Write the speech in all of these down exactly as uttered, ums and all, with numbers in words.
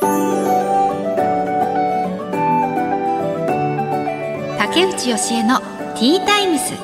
竹内義恵のティータイムス。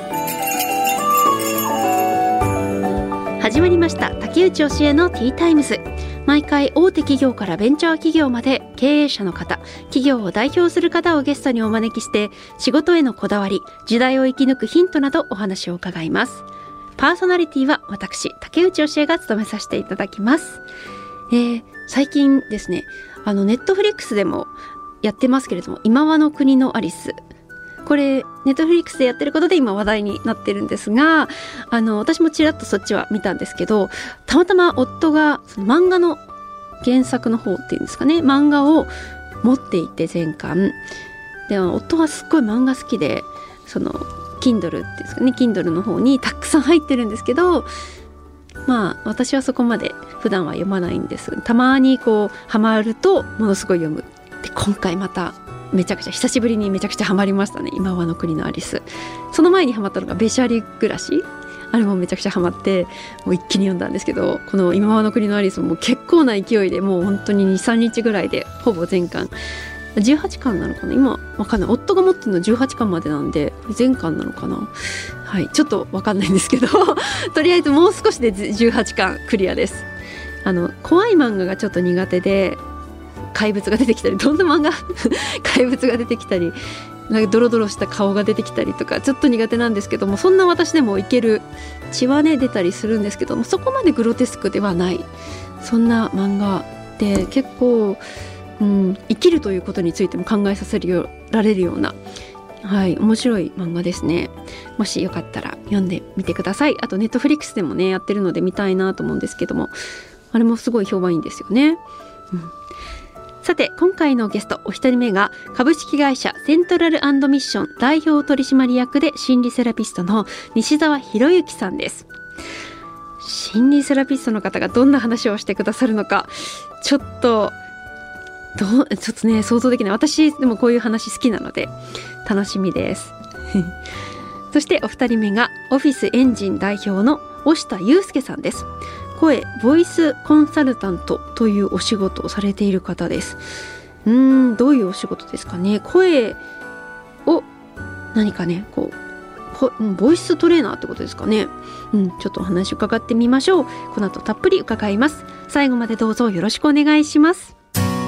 始まりました。竹内義恵のティータイムス。毎回大手企業からベンチャー企業まで経営者の方、企業を代表する方をゲストにお招きして仕事へのこだわり、時代を生き抜くヒントなどお話を伺います。パーソナリティは私竹内義恵が務めさせていただきます。えー、最近ですね、あのネットフリックスでもやってますけれども、今はの国のアリス、これネットフリックスでやってることで今話題になってるんですが、あの私もちらっとそっちは見たんですけど、たまたま夫がその漫画の原作の方っていうんですかね、漫画を持っていて全巻で、夫はすっごい漫画好きで、その Kindle っていうんですかね、Kindle の方にたくさん入ってるんですけど、まあ私はそこまで普段は読まないんです。たまにこうハマるとものすごい読む。で今回まためちゃくちゃ久しぶりにめちゃくちゃハマりましたね。今はの国のアリス。その前にハマったのがべしゃり暮らし、あれもめちゃくちゃハマってもう一気に読んだんですけど、この今はの国のアリスも結構な勢いでもう本当に にさんにちぐらいでほぼ全巻、じゅうはちかんなのかな、今わかんない。夫が持ってるのじゅうはちかんまでなんで全巻なのかな、はい、ちょっとわかんないんですけどとりあえずもう少しでじゅうはちかんクリアです。あの怖い漫画がちょっと苦手で、怪物が出てきたり、どんな漫画怪物が出てきたり、なんかドロドロした顔が出てきたりとかちょっと苦手なんですけども、そんな私でもいける。血はね出たりするんですけども、そこまでグロテスクではない、そんな漫画で結構、うん、生きるということについても考えさせられるような、はい、面白い漫画ですね。もしよかったら読んでみてください。あとネットフリックスでもねやってるので見たいなと思うんですけども、あれもすごい評判いいんですよね。うん、さて今回のゲストお一人目が株式会社セントラル&ミッション代表取締役で心理セラピストの西澤博之さんです。心理セラピストの方がどんな話をしてくださるのか、ちょっとどうちょっとね想像できない。私でもこういう話好きなので楽しみですそしてお二人目がオフィスエンジン代表の押田祐介さんです。声ボイスコンサルタントというお仕事をされている方です。うーんどういうお仕事ですかね。声を何かねこうボイストレーナーってことですかね。うん、ちょっとお話を伺ってみましょう。この後たっぷり伺います。最後までどうぞよろしくお願いします。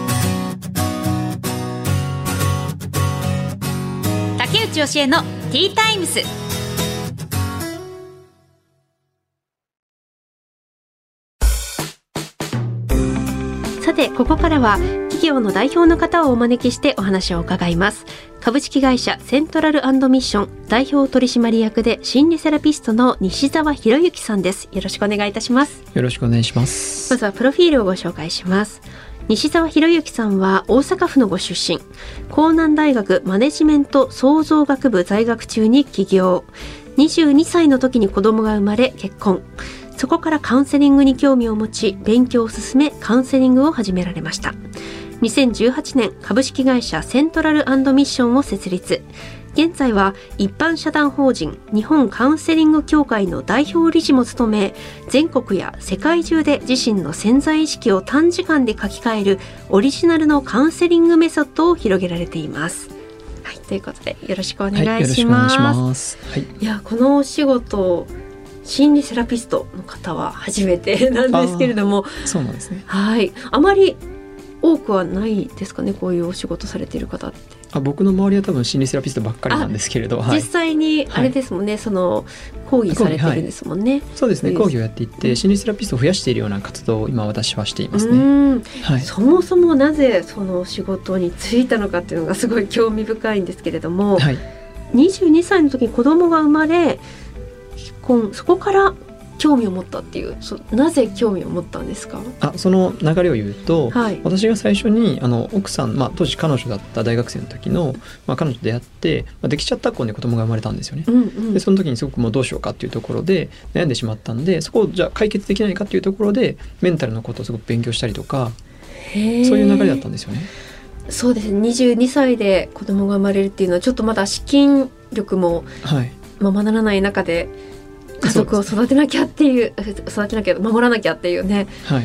竹内義恵のティータイムス。 さてここからは企業の代表の方をお招きしてお話を伺います。株式会社セントラル&ミッション代表取締役で心理セラピストの西澤博之さんです。よろしくお願いいたします。 よろしくお願いします。 まずはプロフィールをご紹介します。西澤博之さんは大阪府のご出身、江南大学マネジメント創造学部在学中に起業、にじゅうにさいの時に子供が生まれ結婚、そこからカウンセリングに興味を持ち勉強を進めカウンセリングを始められました。にせんじゅうはちねん株式会社セントラル&ミッションを設立。現在は一般社団法人日本カウンセリング協会の代表理事も務め、全国や世界中で自身の潜在意識を短時間で書き換えるオリジナルのカウンセリングメソッドを広げられています。はい、ということでよろしくお願いします。 はい、よろしくお願いします。はい、 いやこのお仕事心理セラピストの方は初めてなんですけれども、 そうなんですね。 はい、あまり多くはないですかね、こういうお仕事されている方って。 あ僕の周りは多分心理セラピストばっかりなんですけれど、はい、 実際にあれですもんね、はい、その講義されてるんですもんね。 はい、そうですね、講義をやっていって心理セラピストを増やしているような活動を今私はしていますね。 うん、 はい、 そもそもなぜその仕事に就いたのかっていうのがすごい興味深いんですけれども、はい、にじゅうにさいの時に子供が生まれ結婚、そこから興味を持ったっていう、そなぜ興味を持ったんですか？ あその流れを言うと、はい、私が最初にあの奥さん、まあ、当時彼女だった大学生の時の、まあ、彼女と出会って、まあ、できちゃった子に子供が生まれたんですよね。うんうん、でその時にすごくもうどうしようかっていうところで悩んでしまったんで、そこをじゃあ解決できないかっていうところでメンタルのことをすごく勉強したりとか、そういう流れだったんですよね。 そうですね、にじゅうにさいで子供が生まれるっていうのはちょっとまだ資金力もままならない中で家族を育てなきゃっていう育てなきゃ守らなきゃっていうね、はい、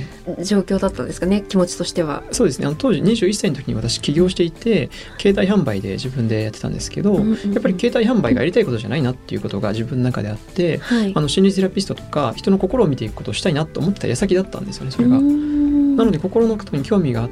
状況だったんですかね、気持ちとしては。 そうですね、あの当時にじゅういっさいの時に私起業していて携帯販売で自分でやってたんですけど、うんうんうん、やっぱり携帯販売がやりたいことじゃないなっていうことが自分の中であって、はい、あの心理セラピストとか人の心を見ていくことをしたいなと思ってた矢先だったんですよね、それが。なので心のことに興味があって、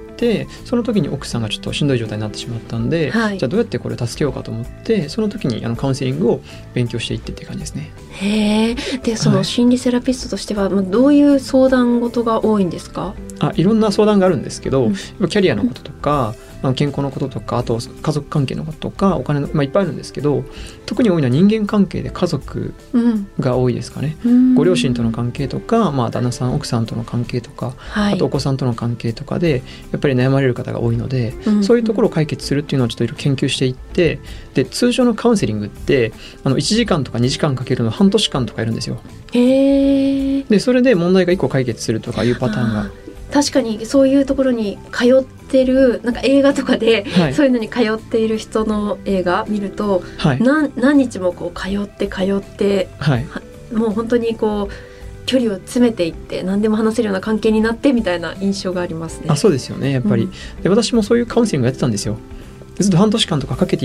その時に奥さんがちょっとしんどい状態になってしまったんで、はい、じゃあどうやってこれを助けようかと思って、その時にあのカウンセリングを勉強していってっていう感じですね。 へえ。でその心理セラピストとしては、はい、どういう相談事が多いんですか？ あいろんな相談があるんですけど、うん、キャリアのこととか、うん、健康のこととか、あと家族関係のこととかお金の、まあ、いっぱいあるんですけど、特に多いのは人間関係で家族が多いですかね、うん、ご両親との関係とか、まあ、旦那さん奥さんとの関係とか、はい、あとお子さんとの関係とかでやっぱり悩まれる方が多いので、うん、そういうところを解決するっていうのをちょっといろいろ研究していって、で通常のカウンセリングってあのいちじかんとかにじかんかけるの半年間とかやるんですよ。へー。でそれで問題がいっこ解決するとかいうパターンが、 確かにそういうところに通ってるなんか映画とかで、はい、そういうのに通っている人の映画見ると、はい、何, 何日もこう通って通って、はい、もう本当にこう距離を詰めていって何でも話せるような関係になってみたいな印象がありますね。 あ、そうですよね、やっぱり、うん、で私もそういうカウンセリングやってたんですよ。ずっと半年間とかかけていって、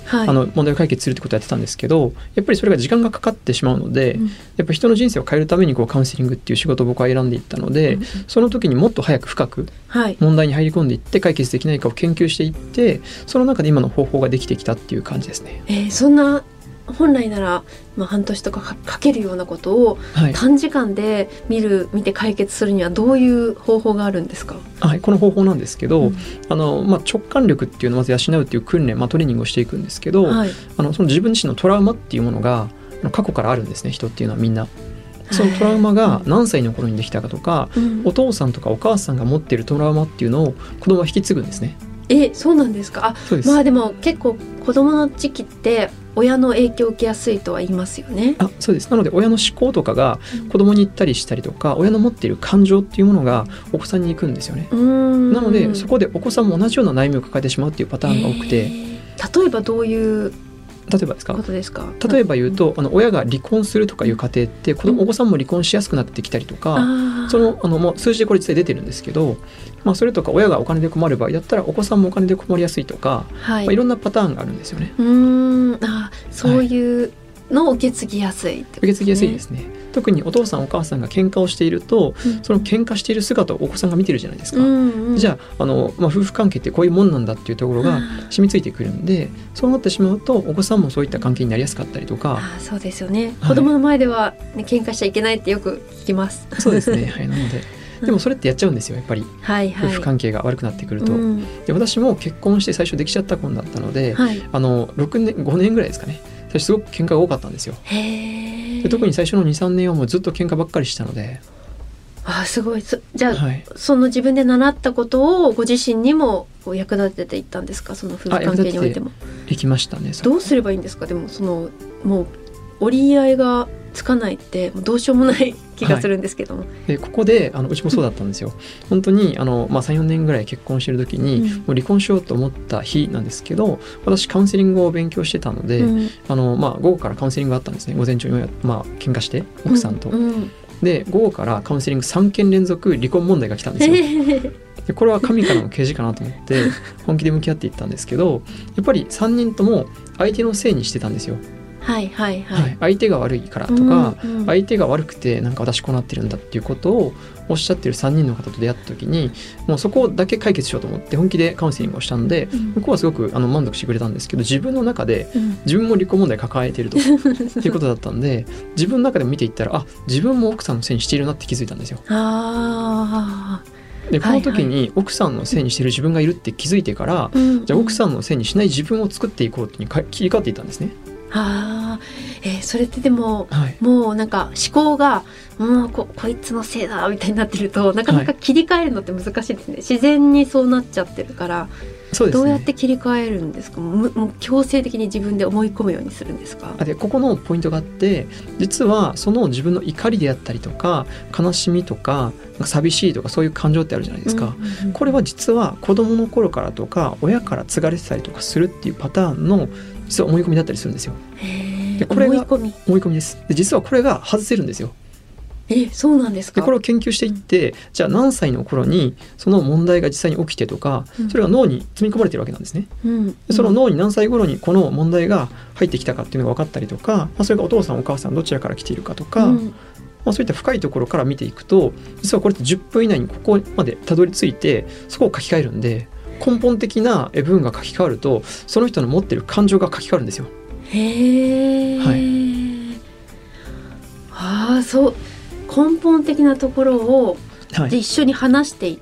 はい、あの問題を解決するってことをやってたんですけど、やっぱりそれが時間がかかってしまうので、うん、やっぱ人の人生を変えるためにこうカウンセリングっていう仕事を僕は選んでいったので、うん、その時にもっと早く深く問題に入り込んでいって解決できないかを研究していって、その中で今の方法ができてきたっていう感じですね。 えー、そんな本来なら、まあ、半年とか か, かけるようなことを短時間で見る、はい、見て解決するにはどういう方法があるんですか？ はい、この方法なんですけど、うんあのまあ、直感力っていうのをまず養うっていう訓練、まあ、トレーニングをしていくんですけど、はい、あのその自分自身のトラウマっていうものが過去からあるんですね、人っていうのはみんな。そのトラウマが何歳の頃にできたかとか、うん、お父さんとかお母さんが持っているトラウマっていうのを子供は引き継ぐんですね。 え、そうなんですか？あ、そうです。まあでも結構子供の時期って親の影響を受けやすいとは言いますよね。 あ、そうです。なので親の思考とかが子供に行ったりしたりとか、うん、親の持っている感情っていうものがお子さんに行くんですよね。うーん、なのでそこでお子さんも同じような悩みを抱えてしまうっていうパターンが多くて、 例えばどういう例えばですか？ ことですか？ 例えば言うと、あの親が離婚するとかいう家庭って子供、お子さんも離婚しやすくなってきたりとか、うん、そのあのもう数字でこれ実際出てるんですけど、まあ、それとか親がお金で困る場合だったらお子さんもお金で困りやすいとか、はいまあ、いろんなパターンがあるんですよね。 うーん、あ、そういうのを受け継ぎやすいってことですね。受け継ぎやすいですね。特にお父さんお母さんが喧嘩をしていると、うん、その喧嘩している姿をお子さんが見てるじゃないですか、うんうん、じゃあ、あの、まあ、夫婦関係ってこういうもんなんだっていうところが染みついてくるんで、そうなってしまうとお子さんもそういった関係になりやすかったりとか。 あ、そうですよね、はい、子供の前では、ね、喧嘩しちゃいけないってよく聞きます。 そうですね、はい、なのででもそれってやっちゃうんですよ、やっぱり、はいはい、夫婦関係が悪くなってくると、うん、で私も結婚して最初できちゃった子だったので、はい、あのろくねんごねんぐらいですかね、最初すごく喧嘩が多かったんですよ。へで特に最初の にさんねんはもうずっと喧嘩ばっかりしたので。 あ、すごい。じゃあ、はい、その自分で習ったことをご自身にも役立てていったんですか？その夫婦関係においても。 いきましたね。 どうすればいいんですか？でもそのもう折り合いがつかないってもうどうしようもない気がするんですけども、はい、 でここであのうちもそうだったんですよ。本当にあの、まあ、さんよねんぐらい結婚してる時に、うん、もう離婚しようと思った日なんですけど、私カウンセリングを勉強してたので、うん、あのまあ、午後からカウンセリングがあったんですね。午前中に、まあ、喧嘩して奥さんと、うんうん、で午後からカウンセリングさんけん連続離婚問題が来たんですよ。でこれは神からの啓示かなと思って本気で向き合っていったんですけど、やっぱりさんにんとも相手のせいにしてたんですよ。 はいはいはいはい、 相手が悪いからとか、うんうん、相手が悪くてなんか私こうなってるんだっていうことをおっしゃってるさんにんの方と出会った時に、もうそこだけ解決しようと思って本気でカウンセリングをしたんで、うん、向こうはすごくあの満足してくれたんですけど、自分の中で自分も離婚問題抱えていると、うん、っていうことだったんで、自分の中でも見ていったら、あ、自分も奥さんのせいにしているなって気づいたんですよ。あでこの時に奥さんのせいにしている自分がいるって気づいてから、はいはい、じゃあ奥さんのせいにしない自分を作っていこうってに切り替わっていったんですね。 あ、えー、それってでも、はい、もうなんか思考がもう こ, こいつのせいだみたいになってるとなかなか切り替えるのって難しいですね、はい、自然にそうなっちゃってるから。そうですね、どうやって切り替えるんですか？もう強制的に自分で思い込むようにするんですか？ でここのポイントがあって、実はその自分の怒りであったりとか悲しみとか寂しいとかそういう感情ってあるじゃないですか、うんうんうん、これは実は子供の頃からとか親から継がれてたりとかするっていうパターンの実は思い込みだったりするんですよ。へでこれが思い込み思い込みです。で実はこれが外せるんですよ。 えそうなんですか。 でこれを研究していって、じゃあ何歳の頃にその問題が実際に起きてとか、それが脳に積み込まれてるわけなんですね、うん、でその脳に何歳頃にこの問題が入ってきたかっていうのが分かったりとか、まあ、それがお父さんお母さんどちらから来ているかとか、うんまあ、そういった深いところから見ていくと、実はこれってじゅっぷん以内にここまでたどり着いてそこを書き換えるんで、根本的な部分が書き換わるとその人の持ってる感情が書き換わるんですよ。 へー、はい、ああそう根本的なところを、はい、で一緒に話していって、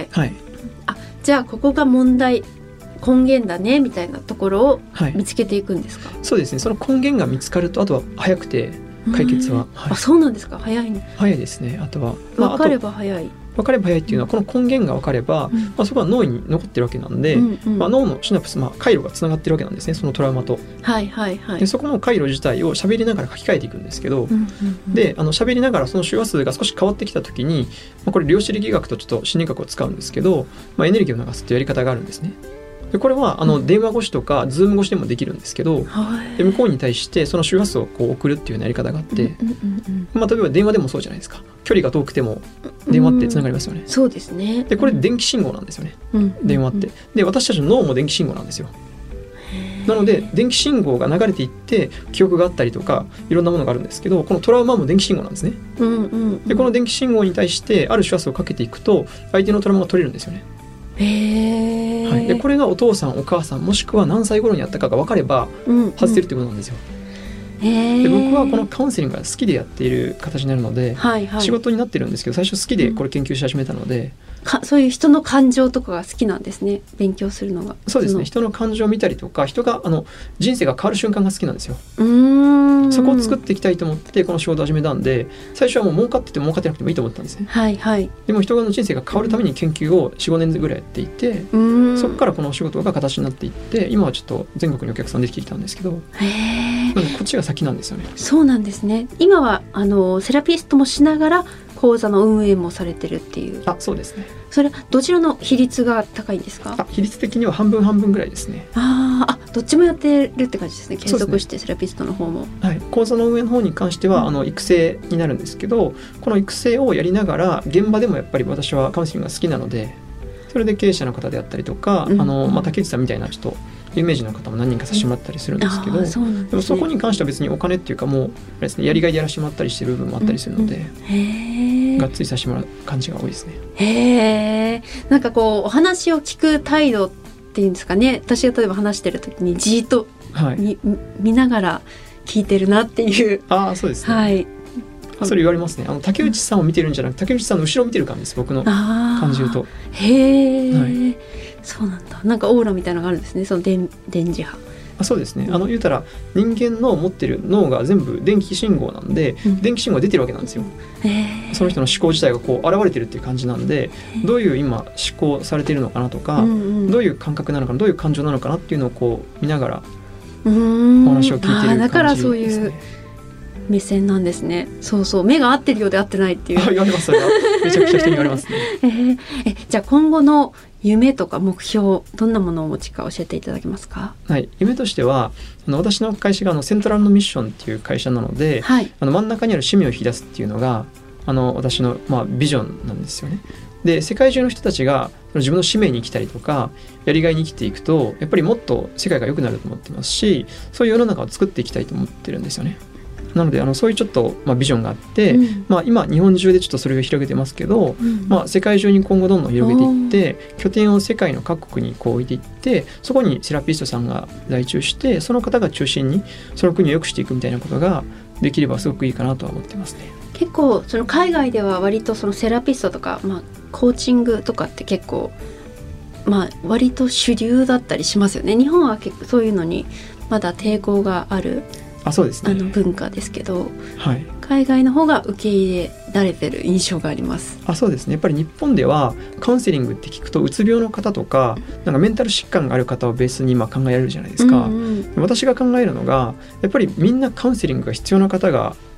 はい、あじゃあここが問題根源だねみたいなところを見つけていくんですか。 はい、そうですね。その根源が見つかるとあとは早くて解決は、 はい、あそうなんですか。早いね。 早いですね。あとは、 まあ、分かれば早い。 分かれば早いっていうのはこの根源が分かれば、うんまあ、そこは脳に残ってるわけなんで、うんうんまあ、脳のシナプス、まあ、回路がつながってるわけなんですね、そのトラウマと、 はいはいはい、 でそこの回路自体を喋りながら書き換えていくんですけど、うんうんうん、であの喋りながらその周波数が少し変わってきた時に、まあ、これ量子力学とちょっと心理学を使うんですけど、まあ、エネルギーを流すというやり方があるんですね。でこれはあの電話越しとかズーム越しでもできるんですけど、で向こうに対してその周波数をこう送るっていうようなやり方があって、うんうんうんまあ、例えば電話でもそうじゃないですか。距離が遠くても電話ってつながりますよね、うん、 そうですね。 でこれ電気信号なんですよね、うん、電話ってで私たちの脳も電気信号なんですよ。なので電気信号が流れていって記憶があったりとかいろんなものがあるんですけど、このトラウマも電気信号なんですね、うんうんうん、でこの電気信号に対してある周波数をかけていくと相手のトラウマが取れるんですよね。 へー、 はい、でこれがお父さんお母さんもしくは何歳頃にやったかが分かれば外せるってことなんですよ、うんうん、で僕はこのカウンセリングが好きでやっている形になるので、はいはい、仕事になってるんですけど最初好きでこれ研究し始めたので、 うん、かそういう人の感情とかが好きなんですね、勉強するのが。 そうですね。人の感情を見たりとか人があの人生が変わる瞬間が好きなんですよ。うーんそこを作っていきたいと思ってこの仕事を始めたんで、最初はもう儲かってても儲かってなくてもいいと思ったんですね、はいはい、でも人の人生が変わるために研究を よん,ご 年ぐらいやっていて、うんそこからこの仕事が形になっていって今はちょっと全国にお客さんできてきたんですけど、へー、なのでこっちが先なんですよね。 そうなんですね。今はあのセラピストもしながら講座の運営もされてるっていう。 あ、そうですね。 それどちらの比率が高いんですか？ あ、比率的には半分半分ぐらいですね。 ああ、どっちもやってるって感じですね。継続してセラピストの方も、 はい、講座の運営の方に関しては、うん、あの育成になるんですけど、この育成をやりながら現場でもやっぱり私はカウンセリングが好きなので、それで経営者の方であったりとか、うんあのまあ、竹内さんみたいなちょっと有名人の方も何人かさせてもらったりするんですけど、うんそね、でもそこに関しては別にお金っていうかもうあれですね、やりがいでやらせてもらったりしてる部分もあったりするので、うんうん、へがっつりさせてもらう感じが多いですね。 へー、なんかこうお話を聞く態度っていうんですかね、私が例えば話してる時にじーっと、はい、見ながら聞いてるなっていう。 あ、そうですね、はい、それ言われますね。あの竹内さんを見てるんじゃなくて竹内さんの後ろを見てる感じです、僕の感じると。 へー、はい、そうなんだ。なんかオーラみたいなのがあるんですね、その 電, 電磁波。 あ、そうですね。あの言うたら人間の持ってる脳が全部電気信号なんで、うん、電気信号が出てるわけなんですよ。その人の思考自体がこう現れてるっていう感じなんで、どういう今思考されているのかなとか、うんうん、どういう感覚なのかな、どういう感情なのかなっていうのをこう見ながらお話を聞いてる感じですね。 だからそういう目線なんですね。そうそう、目が合ってるようで合ってないっていう。 あ、言われます。それはめちゃくちゃ人に言われますね。 えー、えじゃあ今後の夢とか目標、どんなものをお持ちか教えていただけますか？ はい、夢としてはあの私の会社があのセントラルのミッションっていう会社なので、はい、あの真ん中にある使命を引き出すっていうのがあの私の、まあ、ビジョンなんですよね。で世界中の人たちが自分の使命に生きたりとかやりがいに生きていくとやっぱりもっと世界が良くなると思ってますし、そういう世の中を作っていきたいと思ってるんですよね。なのであのそういうちょっと、まあ、ビジョンがあって、うんまあ、今日本中でちょっとそれを広げてますけど、うんまあ、世界中に今後どんどん広げていって拠点を世界の各国にこう置いていって、そこにセラピストさんが在中してその方が中心にその国を良くしていくみたいなことができればすごくいいかなとは思ってますね。 結構その海外では割とそのセラピストとか、まあ、コーチングとかって結構、まあ、割と主流だったりしますよね。日本は結構そういうのにまだ抵抗があるあ、そうですね、 あの文化ですけど、はい、海外の方が受け入れられてる印象があります。 あ、そうですね。やっぱり日本ではカウンセリングって聞くとうつ病の方とか、なんかメンタル疾患がある方をベースに今考えられるじゃないですか、うんうん、私が考えるのがやっぱりみんなカウンセリングが必要な方がい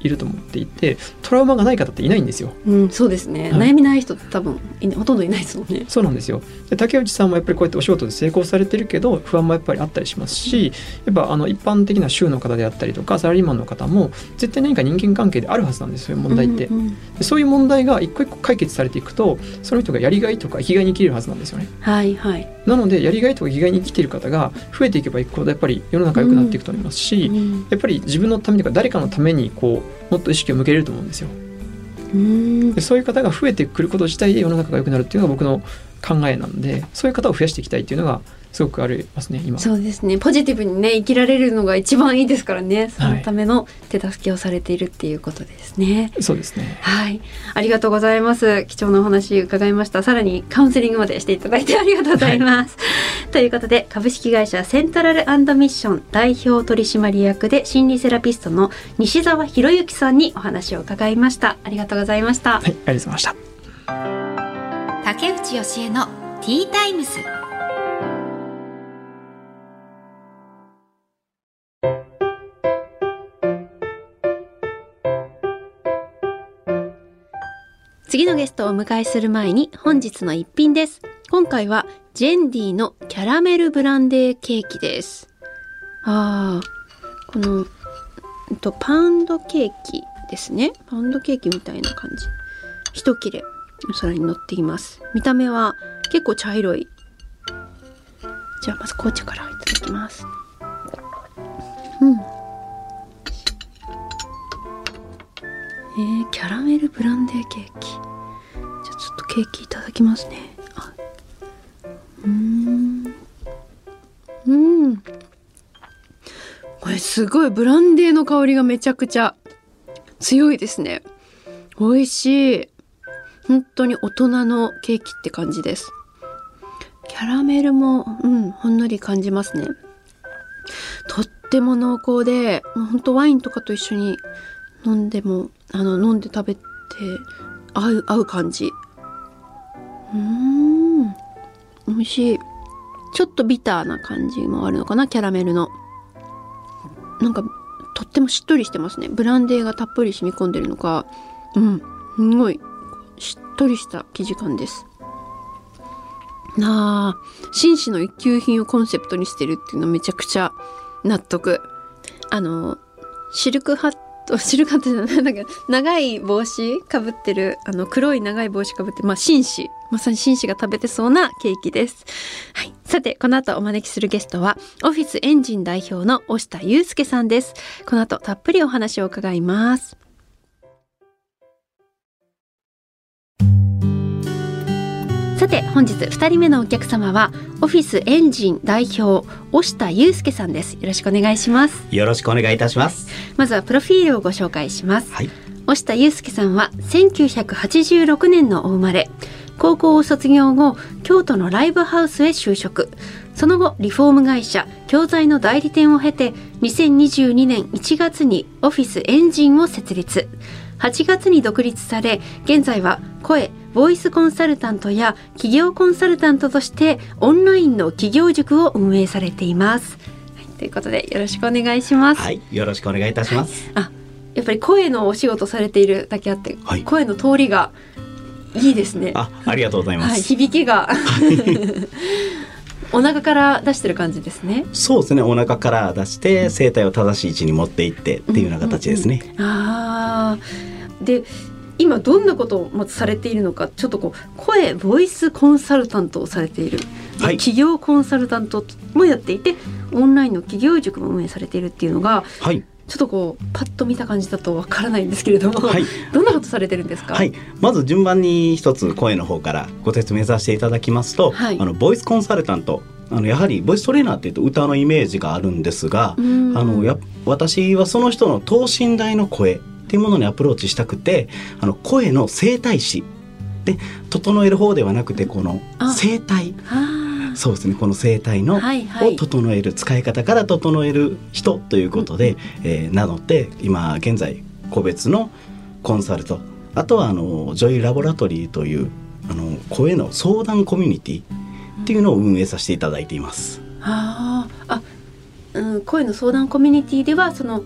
いると思っていて、トラウマがない方っていないんですよ。 うん、そうですね、はい、悩みない人って多分ほとんどいないですもんね。 そうなんですよ。で竹内さんもやっぱりこうやってお仕事で成功されてるけど不安もやっぱりあったりしますし、やっぱあの一般的な主婦の方であったりとかサラリーマンの方も絶対何か人間関係であるはずなんですよ、問題って、うんうん、でそういう問題が一個一個解決されていくとその人がやりがいとか生きがいに生きれるはずなんですよね。 はいはい。 なのでやりがいとか生きがいに生きている方が増えていけばいくほどやっぱり世の中良くなっていくと思いますし、うんうん、やっぱり自分のためとか誰かのためにこうもっと意識を向けれると思うんですよ。うーん、でそういう方が増えてくること自体で世の中が良くなるっていうのが僕の考えなんで、そういう方を増やしていきたいっていうのがすごくありますね今。 そうですね、ポジティブにね生きられるのが一番いいですからね。そのための手助けをされているっていうことですね。 はい、そうですね。 はい、ありがとうございます。貴重なお話伺いました。さらにカウンセリングまでしていただいてありがとうございます、はい、ということで株式会社セントラル&ミッション代表取締役で心理セラピストの西澤博之さんにお話を伺いました。ありがとうございました。 はい、ありがとうございました。 竹内義恵のティータイムス。 次のゲストをお迎えする前に本日の一品です。今回はジェンディのキャラメルブランデーケーキです。あー、このとパウンドケーキですね。パウンドケーキみたいな感じ、一切れお皿に乗っています。見た目は結構茶色い。じゃあまず紅茶からいただきます。うん、えー、キャラメルブランデーケーキ。じゃあちょっとケーキいただきますね。あ、うーん、うん、これすごいブランデーの香りがめちゃくちゃ強いですね。美味しい。本当に大人のケーキって感じです。キャラメルも、うん、ほんのり感じますね。とっても濃厚で、本当ワインとかと一緒に飲んでも、あの飲んで食べて合う合う感じ。うーん、美味しい。ちょっとビターな感じもあるのかな、キャラメルの。なんかとってもしっとりしてますね。ブランデーがたっぷり染み込んでるのか、うん、すごいしっとりした生地感です。なあ、紳士の一級品をコンセプトにしてるっていうのめちゃくちゃ納得。あのシルクハットシルクハットじゃない、なんか長い帽子かぶってる、あの黒い長い帽子かぶってる、まあ紳士、まさに紳士が食べてそうなケーキです。はい、さてこの後お招きするゲストはオフィスエンジン代表の押田祐介さんです。この後たっぷりお話を伺います。さて本日ふたりめのお客様はオフィスエンジン代表押田祐介さんです。よろしくお願いします。 よろしくお願いいたします。 まずはプロフィールをご紹介します。 はい、 押田祐介さんはせんきゅうひゃくはちじゅうろくねんのお生まれ。高校を卒業後京都のライブハウスへ就職。その後リフォーム会社教材の代理店を経てにせんにじゅうにねんいちがつにオフィスエンジンを設立。はちがつに独立され、現在は声ボイスコンサルタントや企業コンサルタントとしてオンラインの企業塾を運営されています。はい、ということでよろしくお願いします。 はい、よろしくお願いいたします。 あ、やっぱり声のお仕事されているだけあって、はい、声の通りがいいですね。 あ、ありがとうございます。 はい、響きがお腹から出してる感じですね。 そうですね、お腹から出して声帯を正しい位置に持っていってっていうような形ですね。 うんうんうん、あー、で今どんなことをまずされているのか、ちょっとこう声ボイスコンサルタントをされている、はい、企業コンサルタントもやっていてオンラインの企業塾も運営されているっていうのが、はい、ちょっとこうパッと見た感じだとわからないんですけれども、はい、どんなことされてるんですか？ はい、まず順番に一つ声の方からご説明させていただきますと、はい、あのボイスコンサルタント、あのやはりボイストレーナーっていうと歌のイメージがあるんですが、あのや私はその人の等身大の声っていうものにアプローチしたくて、あの声の声帯詞で整える方ではなくて、この声帯、そうですね、この声帯の、はいはい、を整える使い方から整える人ということで、うん、えー、名乗って今現在個別のコンサルと、あとはあのジョイラボラトリーというあの声の相談コミュニティっていうのを運営させていただいています。 ああ、うん、声の相談コミュニティではその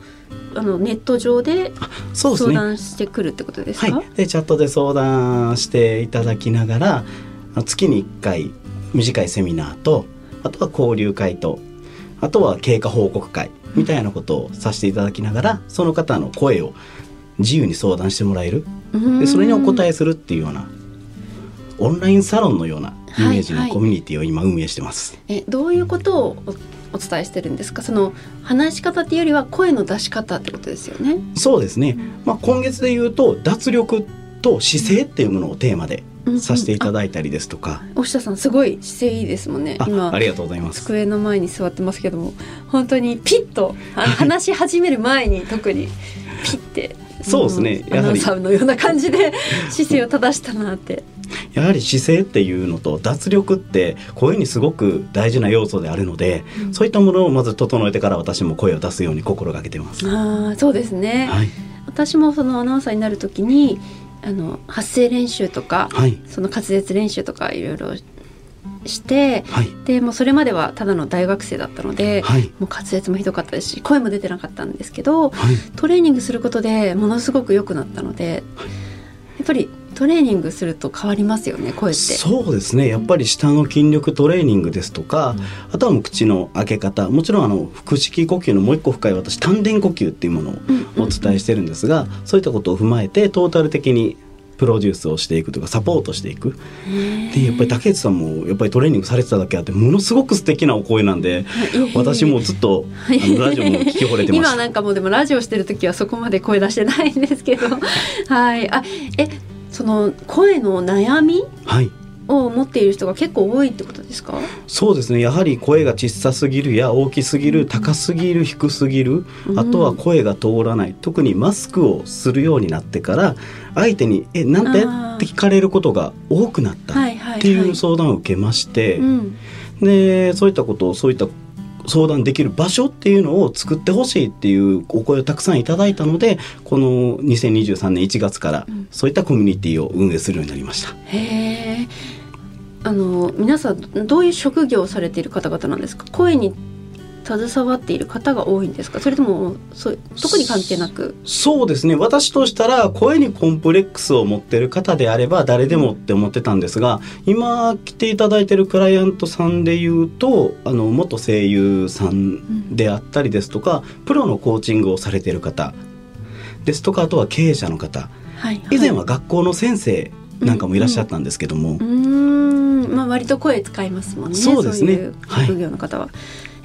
あのネット上で相談してくるってことですか？ はい、でチャットで相談していただきながら月にいっかい短いセミナーと、あとは交流会と、あとは経過報告会みたいなことをさせていただきながら、その方の声を自由に相談してもらえる、でそれにお答えするっていうようなオンラインサロンのようなイメージのコミュニティを今運営してます。 はいはい、えどういうことをお伝えしてるんですか？その話し方っていうよりは声の出し方ってことですよね。 そうですね、まあ、今月でいうと脱力と姿勢っていうものをテーマでさせていただいたりですとか、 うんうん、押田さんすごい姿勢いいですもんね。今ありがとうございます。 机の前に座ってますけども、本当にピッと話し始める前に特にピッてそうですね、 アナウンサーのような感じで姿勢を正したなってやはり姿勢っていうのと脱力って声にすごく大事な要素であるので、うん、そういったものをまず整えてから私も声を出すように心がけてます。 あ、そうですね、はい、私もそのアナウンサーになるときにあの発声練習とか、はい、その滑舌練習とかいろいろして、はい、でもうそれまではただの大学生だったので、はい、もう滑舌もひどかったですし声も出てなかったんですけど、はい、トレーニングすることでものすごく良くなったので、はい、やっぱりトレーニングすると変わりますよね、声って。 そうですね、やっぱり舌の筋力トレーニングですとか、うん、あとはもう口の開け方、もちろんあの腹式呼吸のもう一個深い私丹田呼吸っていうものをお伝えしてるんですが、うんうんうん、そういったことを踏まえてトータル的にプロデュースをしていくとかサポートしていく。でやっぱり竹内さんもやっぱりトレーニングされてただけあってものすごく素敵なお声なんで、私もずっとあのラジオも聞き惚れてました。 今なんかもうでもラジオしてる時はそこまで声出してないんですけどはい、あえその声の悩み、はいを持っている人が結構多いってことですか？ そうですね、やはり声が小さすぎるや大きすぎる、高すぎる、低すぎる、あとは声が通らない、特にマスクをするようになってから相手にえなんてって聞かれることが多くなったっていう相談を受けまして、はいはいはい、でそういったことをそういった相談できる場所っていうのを作ってほしいっていうお声をたくさんいただいたので、このにせんにじゅうさんねんいちがつからそういったコミュニティを運営するようになりました。 へー、あの皆さんどういう職業をされている方々なんですか？声に携わっている方が多いんですか？それともそう特に関係なく？ そうですね、私としたら声にコンプレックスを持っている方であれば誰でもって思ってたんですが、今来ていただいているクライアントさんでいうとあの元声優さんであったりですとか、うん、プロのコーチングをされている方ですとか、あとは経営者の方、はいはい、以前は学校の先生なんかもいらっしゃったんですけども、 うんうん、うーん、まあ、割と声使いますもんね。そうですね、そういう職業の方は、はい、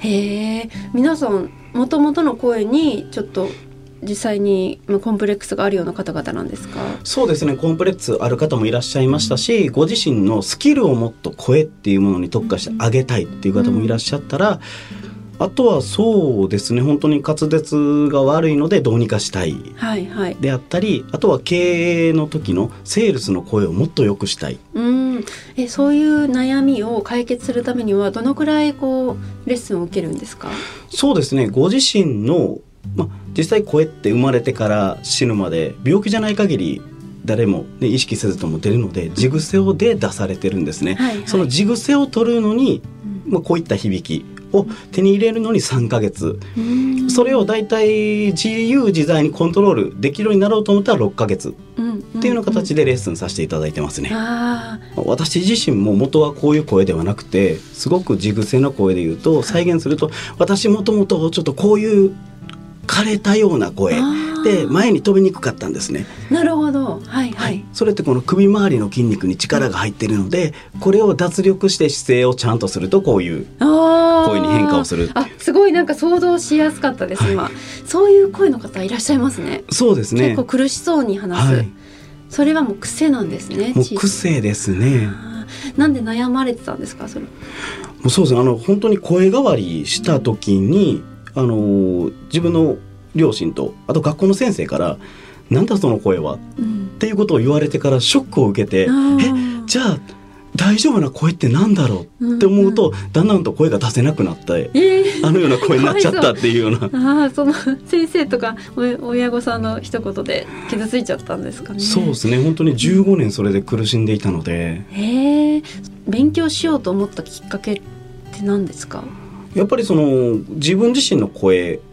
へー、皆さんもともとの声にちょっと実際にコンプレックスがあるような方々なんですか？ そうですね、コンプレックスある方もいらっしゃいましたし、うん、ご自身のスキルをもっと声っていうものに特化してあげたいっていう方もいらっしゃったら、うん、あとはそうですね、本当に滑舌が悪いのでどうにかしたいであったり、はいはい、あとは経営の時のセールスの声をもっと良くしたい。 うん、えそういう悩みを解決するためにはどのくらいこうレッスンを受けるんですか？そうですね、 ご自身の、ま、実際声って生まれてから死ぬまで病気じゃない限り誰も、ね、意識せずとも出るので地癖をで出されてるんですね、はいはい、その地癖を取るのに、まあ、こういった響きを手に入れるのにさんかげつ、それをだいたい自由自在にコントロールできるようになろうと思ったらろっかげつっていうような形でレッスンさせていただいてますね、うんうんうん、あ私自身も元はこういう声ではなくて、すごく地癖の声で言うと再現すると、私もともとちょっとこういう枯れたような声で前に飛びにくかったんですね。 なるほど、はいはいはい、 それってこの首周りの筋肉に力が入っているので、これを脱力して姿勢をちゃんとするとこういう声に変化をする。 あ、すごいなんか想像しやすかったです、はい、今そういう声の方いらっしゃいますね。 そうですね、 結構苦しそうに話す、はい、それはもう癖なんですね。 もう癖ですね。 なんで悩まれてたんですか？それもうそうですね、あの本当に声変わりした時に、うん、あの自分の両親とあと学校の先生からなんだその声は、うん、っていうことを言われてからショックを受けて、えじゃあ大丈夫な声ってなんだろうって思うと、うんうん、だんだんと声が出せなくなって、えー、あのような声になっちゃったっていうようなあその先生とか親御さんの一言で傷ついちゃったんですかね。 そうですね、本当にじゅうごねんそれで苦しんでいたので、 へー、勉強しようと思ったきっかけって何ですか？ やっぱりその自分自身の声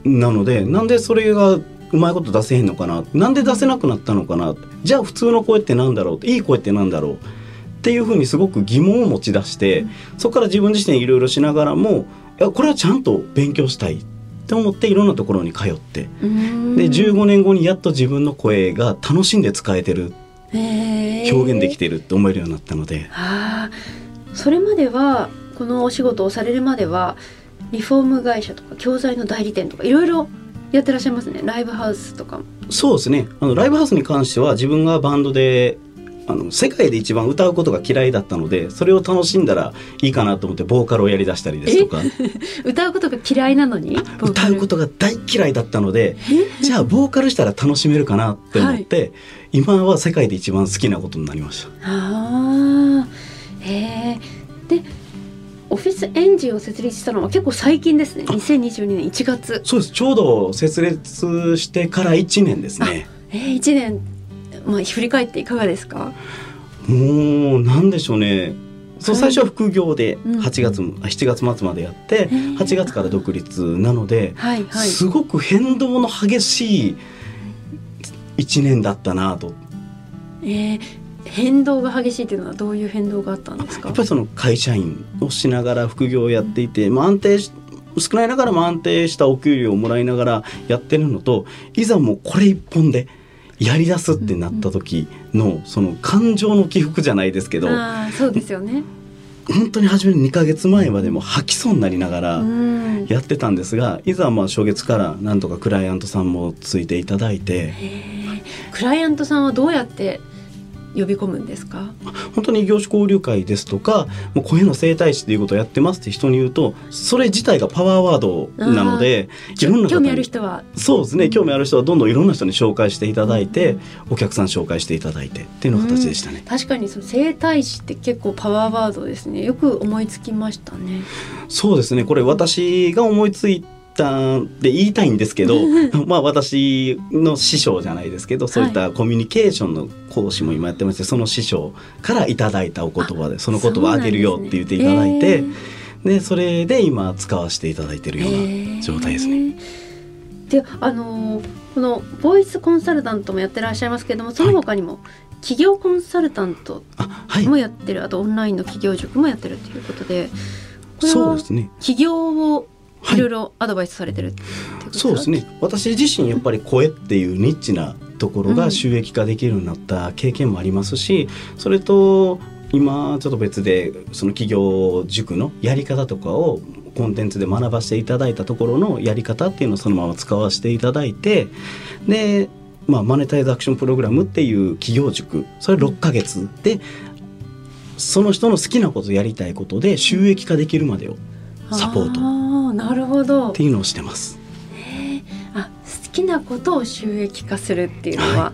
なのでなんでそれがうまいこと出せへんのかな、なんで出せなくなったのかな、じゃあ普通の声ってなんだろう、いい声ってなんだろうっていうふうにすごく疑問を持ち出して、うん、そこから自分自身いろいろしながらも、いやこれはちゃんと勉強したいって思っていろんなところに通って、でじゅうごねんごにやっと自分の声が楽しんで使えてる、表現できてるって思えるようになったので、 はあ、それまではこのお仕事をされるまではリフォーム会社とか教材の代理店とかいろいろやってらっしゃいますね。ライブハウスとかも。 そうですね、あのライブハウスに関しては自分がバンドであの世界で一番歌うことが嫌いだったので、それを楽しんだらいいかなと思ってボーカルをやりだしたりですとか歌うことが嫌いなのに歌うことが大嫌いだったので、じゃあボーカルしたら楽しめるかなって思って、はい、今は世界で一番好きなことになりました。 あへでオフィスエンジンを設立したのは結構最近ですね。にせんにじゅうにねんいちがつ。 そうです、ちょうど設立してからいちねんですね。 えー、いちねん、まあ、振り返っていかがですか？ もうなんでしょうね、そう最初は副業ではちがつ、うん、しちがつ末までやってはちがつから独立なので、はいはい、すごく変動の激しいいちねんだったなと。 えー変動が激しいというのはどういう変動があったんですか？ やっぱりその会社員をしながら副業をやっていて、まあ、安定し少ないながらも安定したお給料をもらいながらやってるのと、いざもうこれ一本でやり出すってなった時のその感情の起伏じゃないですけど、 あ、そうですよね。 本当に初めににかげつまえまでも吐きそうになりながらやってたんですが、いざまあ初月からなんとかクライアントさんもついていただいて。 クライアントさんはどうやって呼び込むんですか？ 本当に業種交流会ですとか、もう声の整体師ということをやってますって人に言うと、それ自体がパワーワードなので、 いろんな興味ある人はそうですね、興味ある人はどんどんいろんな人に紹介していただいて、うん、お客さん紹介していただいてっていうの形でしたね、 うん、確かにその整体師って結構パワーワードですね。よく思いつきましたね。 そうですね、これ私が思いついで言いたいんですけどまあ私の師匠じゃないですけど、そういったコミュニケーションの講師も今やってまして、その師匠からいただいたお言葉でその言葉あげるよって言っていただいて、そでそれで今使わせていただいているような状態ですね。 で、あのこのボイスコンサルタントもやってらっしゃいますけども、その他にも企業コンサルタントもやってる、 あ,、はい、あとオンラインの企業塾もやってるということで、これは企業をいろいろアドバイスされてるってことですか？ そうですね、私自身やっぱり声っていうニッチなところが収益化できるようになった経験もありますし、うん、それと今ちょっと別でその企業塾のやり方とかをコンテンツで学ばせていただいたところのやり方っていうのをそのまま使わせていただいて、で、まあ、マネタイズアクションプログラムっていう企業塾、それろっかげつでその人の好きなことやりたいことで収益化できるまでをサポート、 なるほどっていうのをしてます。 へあ、好きなことを収益化するっていうのは、はい、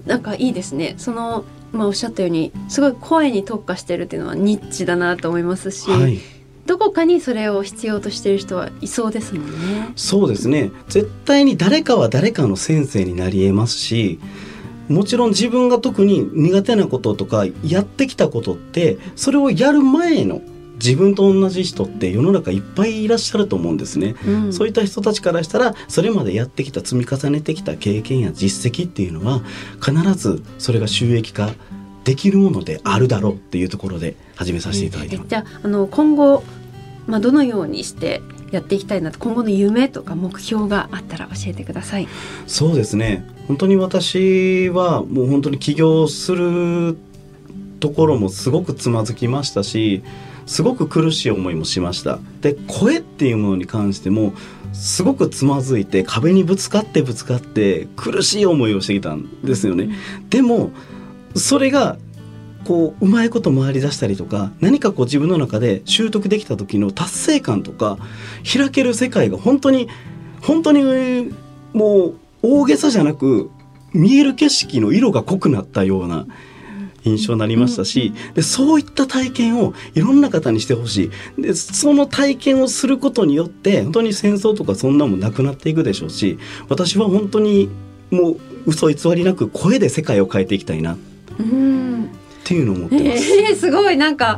なんかいいですね。その、まあ、おっしゃったようにすごい声に特化してるっていうのはニッチだなと思いますし、はい、どこかにそれを必要としている人はいそうですもんね。 そうですね、絶対に誰かは誰かの先生になり得ますし、もちろん自分が特に苦手なこととかやってきたことって、それをやる前の自分と同じ人って世の中いっぱいいらっしゃると思うんですね、うん、そういった人たちからしたらそれまでやってきた積み重ねてきた経験や実績っていうのは必ずそれが収益化できるものであるだろうっていうところで始めさせていただいてます、 うん、じゃあ、あの今後、まあ、どのようにしてやっていきたいなと、今後の夢とか目標があったら教えてください。 そうですね、本当に私はもう本当に起業するところもすごくつまずきましたし、すごく苦しい思いもしました。で、声っていうものに関してもすごくつまずいて、壁にぶつかってぶつかって苦しい思いをしてきたんですよね、うん、でもそれがこううまいこと回り出したりとか、何かこう自分の中で習得できた時の達成感とか、開ける世界が本当に本当にもう大げさじゃなく見える景色の色が濃くなったような印象になりましたし、でそういった体験をいろんな方にしてほしい。でその体験をすることによって本当に戦争とかそんなもなくなっていくでしょうし、私は本当にもう嘘偽りなく声で世界を変えていきたいなっていうのを思ってます、 えー、すごいなんか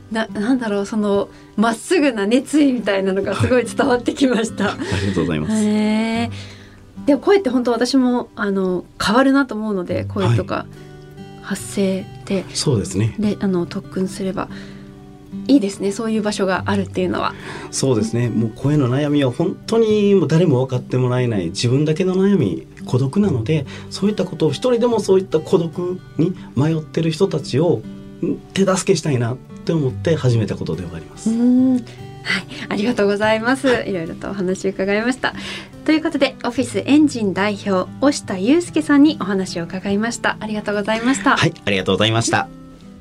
な, なんだろうそのまっすぐな熱意みたいなのがすごい伝わってきました、はい、 ありがとうございます。 へでも声って本当私もあの変わるなと思うので、声とか発声で、はい、 そうですね。 であの特訓すればいいですね。そういう場所があるっていうのは。 そうですね。もう声の悩みは本当にもう誰も分かってもらえない自分だけの悩み、孤独なので、そういったことを一人でもそういった孤独に迷ってる人たちを手助けしたいなって思って始めたことではあります。 うーん、はい、ありがとうございます。いろいろとお話を伺いました。ということでオフィスエンジン代表押田祐介さんにお話を伺いました。ありがとうございました。 はい、ありがとうございました。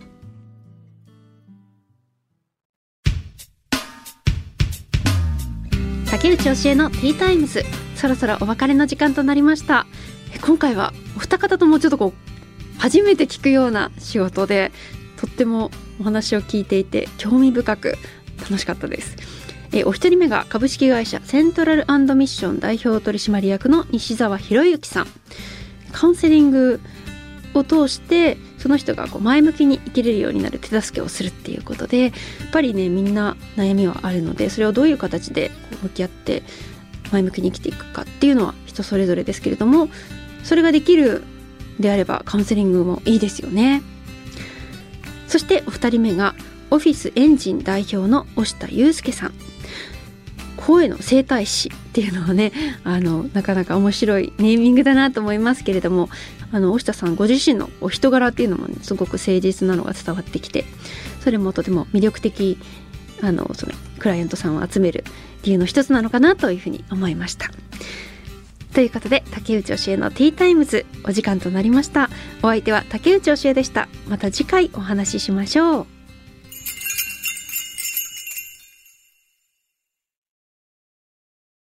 竹内教えのティータイムズ、そろそろお別れの時間となりました。今回はお二方ともちょっとこう初めて聞くような仕事で、とってもお話を聞いていて興味深く楽しかったです。えお一人目が株式会社セントラル&ミッション代表取締役の西澤博之さん。カウンセリングを通してその人がこう前向きに生きれるようになる手助けをするっていうことで、やっぱりねみんな悩みはあるので、それをどういう形で向き合って前向きに生きていくかっていうのは人それぞれですけれども、それができるであればカウンセリングもいいですよね。そしてお二人目がオフィスエンジン代表の押田祐介さん。声の整体師っていうのはね、あのなかなか面白いネーミングだなと思いますけれども、あの押田さんご自身のお人柄っていうのも、ね、すごく誠実なのが伝わってきて、それもとても魅力的、あのそのクライアントさんを集める理由の一つなのかなというふうに思いました。ということで竹内教えのティータイムズ、お時間となりました。お相手は竹内教えでした。また次回お話ししましょう。